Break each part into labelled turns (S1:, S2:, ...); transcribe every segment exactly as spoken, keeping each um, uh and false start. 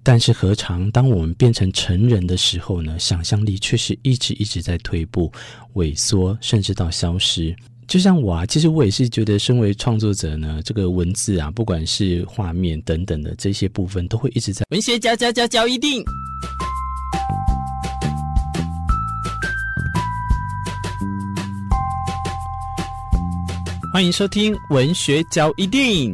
S1: 但是何尝当我们变成成人的时候呢，想象力却是一直一直在退步、萎缩，甚至到消失。就像我啊，其实我也是觉得身为创作者呢，这个文字啊，不管是画面等等的这些部分，都会一直在文学交交交交一定。欢迎收听文学交一定。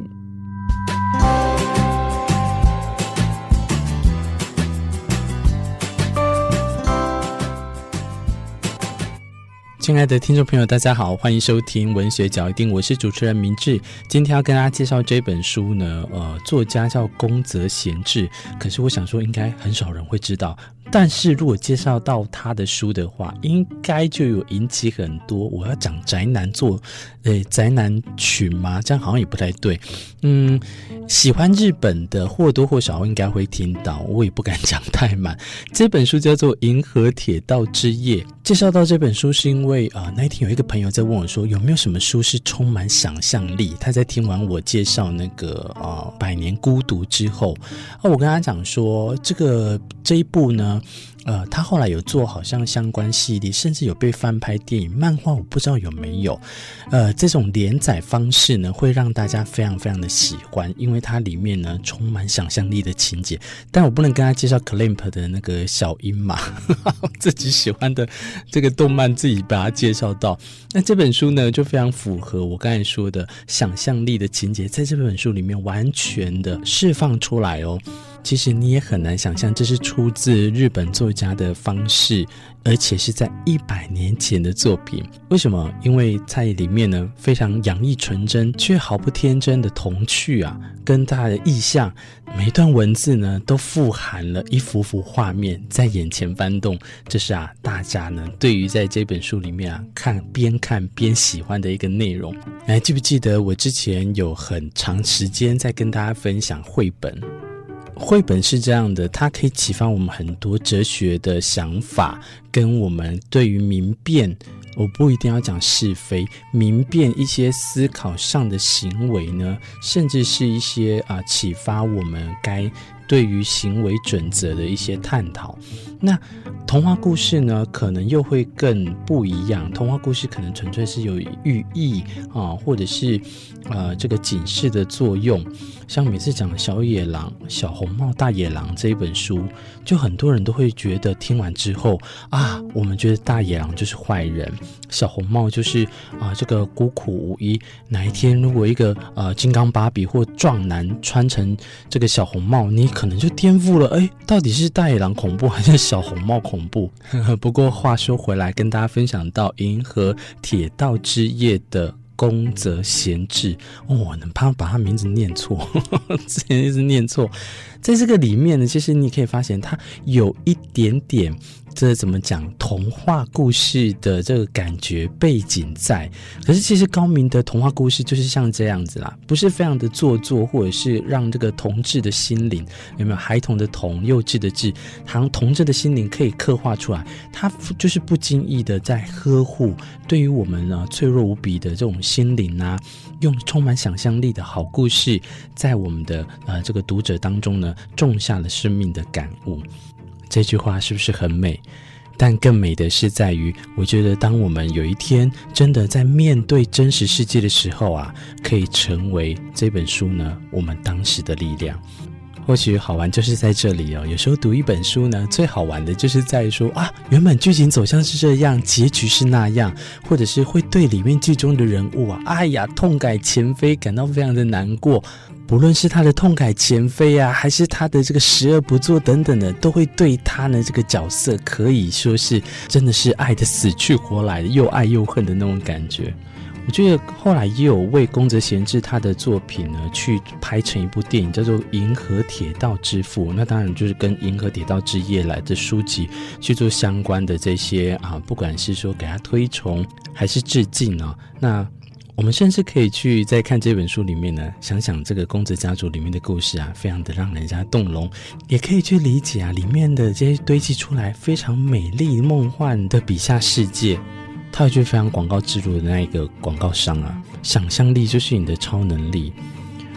S1: 亲爱的听众朋友大家好，欢迎收听文学角一定，我是主持人明志。今天要跟大家介绍这本书呢，呃，作家叫宫泽贤治，可是我想说应该很少人会知道，但是如果介绍到他的书的话，应该就有引起很多我要讲宅男做呃宅男群吗？这样好像也不太对。嗯，喜欢日本的或多或少应该会听到，我也不敢讲太满。这本书叫做《银河铁道之夜》。介绍到这本书是因为呃那一天有一个朋友在问我说，有没有什么书是充满想象力？他在听完我介绍那个呃《百年孤独》之后，啊，我跟他讲说，这个这一部呢。呃，他后来有做好像相关系列，甚至有被翻拍电影、漫画，我不知道有没有。呃，这种连载方式呢，会让大家非常非常的喜欢，因为它里面呢充满想象力的情节。但我不能跟他介绍 Clamp 的那个小樱嘛，自己喜欢的这个动漫自己把它介绍到。那这本书呢，就非常符合我刚才说的想象力的情节，在这本书里面完全的释放出来哦。其实你也很难想象这是出自日本作家的方式，而且是在一百年前的作品。为什么？因为在里面呢，非常洋溢纯真却毫不天真的童趣啊，跟他的意象，每一段文字呢都富含了一幅幅画面在眼前翻动。这是啊，大家呢对于在这本书里面啊看边看边喜欢的一个内容。你还记不记得我之前有很长时间在跟大家分享绘本？绘本是这样的，它可以启发我们很多哲学的想法，跟我们对于明辨，我不一定要讲是非，明辨一些思考上的行为呢，甚至是一些啊启发我们该对于行为准则的一些探讨。那童话故事呢，可能又会更不一样。童话故事可能纯粹是有寓意啊，或者是呃这个警示的作用。像每次讲小野狼、小红帽、大野狼这一本书，就很多人都会觉得听完之后啊，我们觉得大野狼就是坏人，小红帽就是啊这个孤苦无依。哪一天如果一个呃金刚芭比或壮男穿成这个小红帽，你可能就颠覆了，哎，到底是大野狼恐怖还是小红帽恐怖？不过话说回来，跟大家分享到《银河铁道之夜》的宫泽贤治，哦，我能怕把他名字念错，之前一直念错。在这个里面呢，其实你可以发现它有一点点这怎么讲童话故事的这个感觉背景在，可是其实高明的童话故事就是像这样子啦，不是非常的做作，或者是让这个童稚的心灵，有没有孩童的童，幼稚的稚，好像童稚的心灵可以刻画出来，它就是不经意的在呵护对于我们呢脆弱无比的这种心灵啊，用充满想象力的好故事，在我们的呃这个读者当中呢种下了生命的感悟。这句话是不是很美？但更美的是在于，我觉得当我们有一天真的在面对真实世界的时候啊，可以成为这本书呢我们当时的力量。或许好玩就是在这里哦，有时候读一本书呢，最好玩的就是在于说啊，原本剧情走向是这样，结局是那样，或者是会对里面剧中的人物啊，哎呀，痛改前非，感到非常的难过。不论是他的痛改前非啊，还是他的这个十恶不作等等的，都会对他呢这个角色可以说是真的是爱的死去活来的，又爱又恨的那种感觉。我觉得后来也有为宫泽贤治他的作品呢去拍成一部电影，叫做《银河铁道之父》，那当然就是跟《银河铁道之夜》来的书籍去做相关的这些啊，不管是说给他推崇还是致敬啊，那我们甚至可以去在看这本书里面呢，想想这个宫泽家族里面的故事啊，非常的让人家动容，也可以去理解啊里面的这些堆积出来非常美丽梦幻的笔下世界。他有句非常广告植入的那一个广告商啊，想象力就是你的超能力。呃，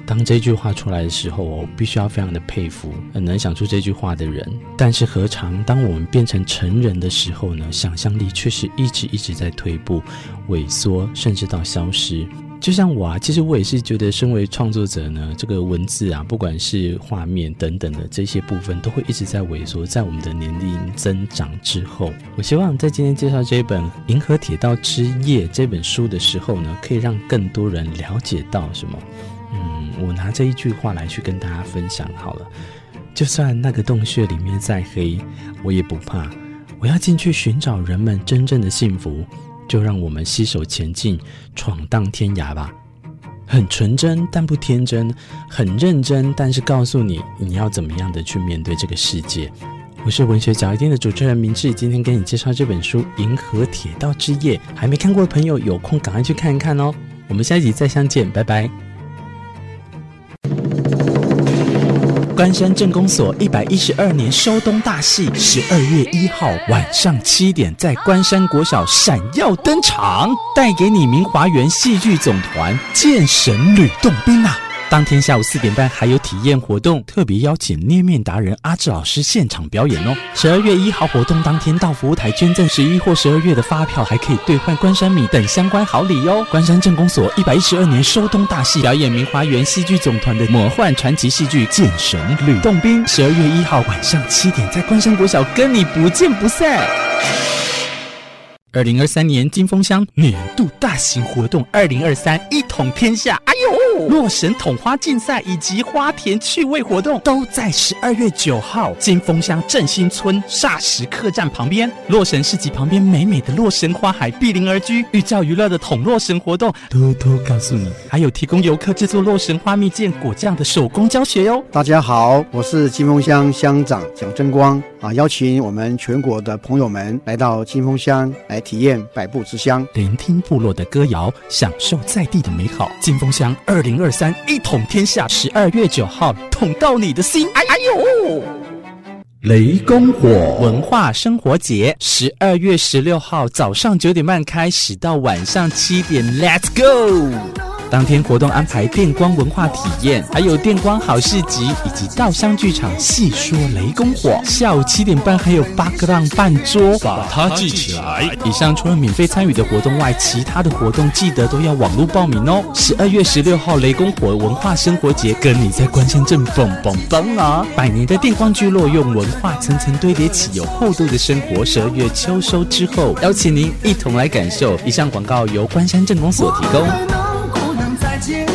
S1: 当这句话出来的时候，我必须要非常的佩服很能想出这句话的人。但是何尝当我们变成成人的时候呢，想象力却是一直一直在退步、萎缩，甚至到消失。就像我啊，其实我也是觉得身为创作者呢，这个文字啊，不管是画面等等的这些部分都会一直在萎缩，在我们的年龄增长之后。我希望在今天介绍这本《银河铁道之夜》这本书的时候呢，可以让更多人了解到什么。嗯，我拿这一句话来去跟大家分享好了，就算那个洞穴里面再黑，我也不怕，我要进去寻找人们真正的幸福，就让我们携手前进，闯荡天涯吧。很纯真但不天真，很认真但是告诉你你要怎么样的去面对这个世界。我是文学角一定的主持人明志，今天跟你介绍这本书《银河铁道之夜》，还没看过的朋友有空赶快去看一看哦。我们下一集再相见，拜拜。关山镇公所一百一十二年收冬大戏，十二月一号晚上七点在关山国小闪耀登场，带给你明华园戏剧总团剑神吕洞宾啊！当天下午四点半还有体验活动，特别邀请捏面达人阿志老师现场表演哦。十二月一号活动当天到服务台捐赠十一或十二月的发票，还可以兑换关山米等相关好礼哦。关山镇公所一百一十二年收冬大戏，表演明华园戏剧总团的魔幻传奇戏剧《剑神吕洞宾》，十二月一号晚上七点在关山国小跟你不见不散。二零二三年金峰乡年度大型活动二零二三一统天下，哎呦，洛神统花竞赛以及花田趣味活动都在十二月九号金峰乡振兴村霎石客栈旁边，洛神市集旁边美美的洛神花海毗邻而居，寓教于乐的统洛神活动偷偷告诉你，还有提供游客制作洛神花蜜饯果酱的手工教学哟。
S2: 大家好，我是金峰乡乡长蒋正光啊，邀请我们全国的朋友们来到金峰乡来体验百步之乡，
S1: 聆听部落的歌谣，享受在地的美好。金峰乡二零二三一统天下，十二月九号统到你的心，哎哎呦！雷公火文化生活节，十二月十六号早上九点半开始到晚上七点 ，Let's go！当天活动安排电光文化体验，还有电光好市集以及稻香剧场细说雷公火。下午七点半还有八个浪半桌，把它记起来。以上除了免费参与的活动外，其他的活动记得都要网络报名哦。十二月十六号雷公火文化生活节，跟你在关山镇蹦蹦蹦啊！百年的电光聚落用文化层层堆叠起有厚度的生活。十二月秋收之后，邀请您一同来感受。以上广告由关山镇公所提供。
S3: 再见。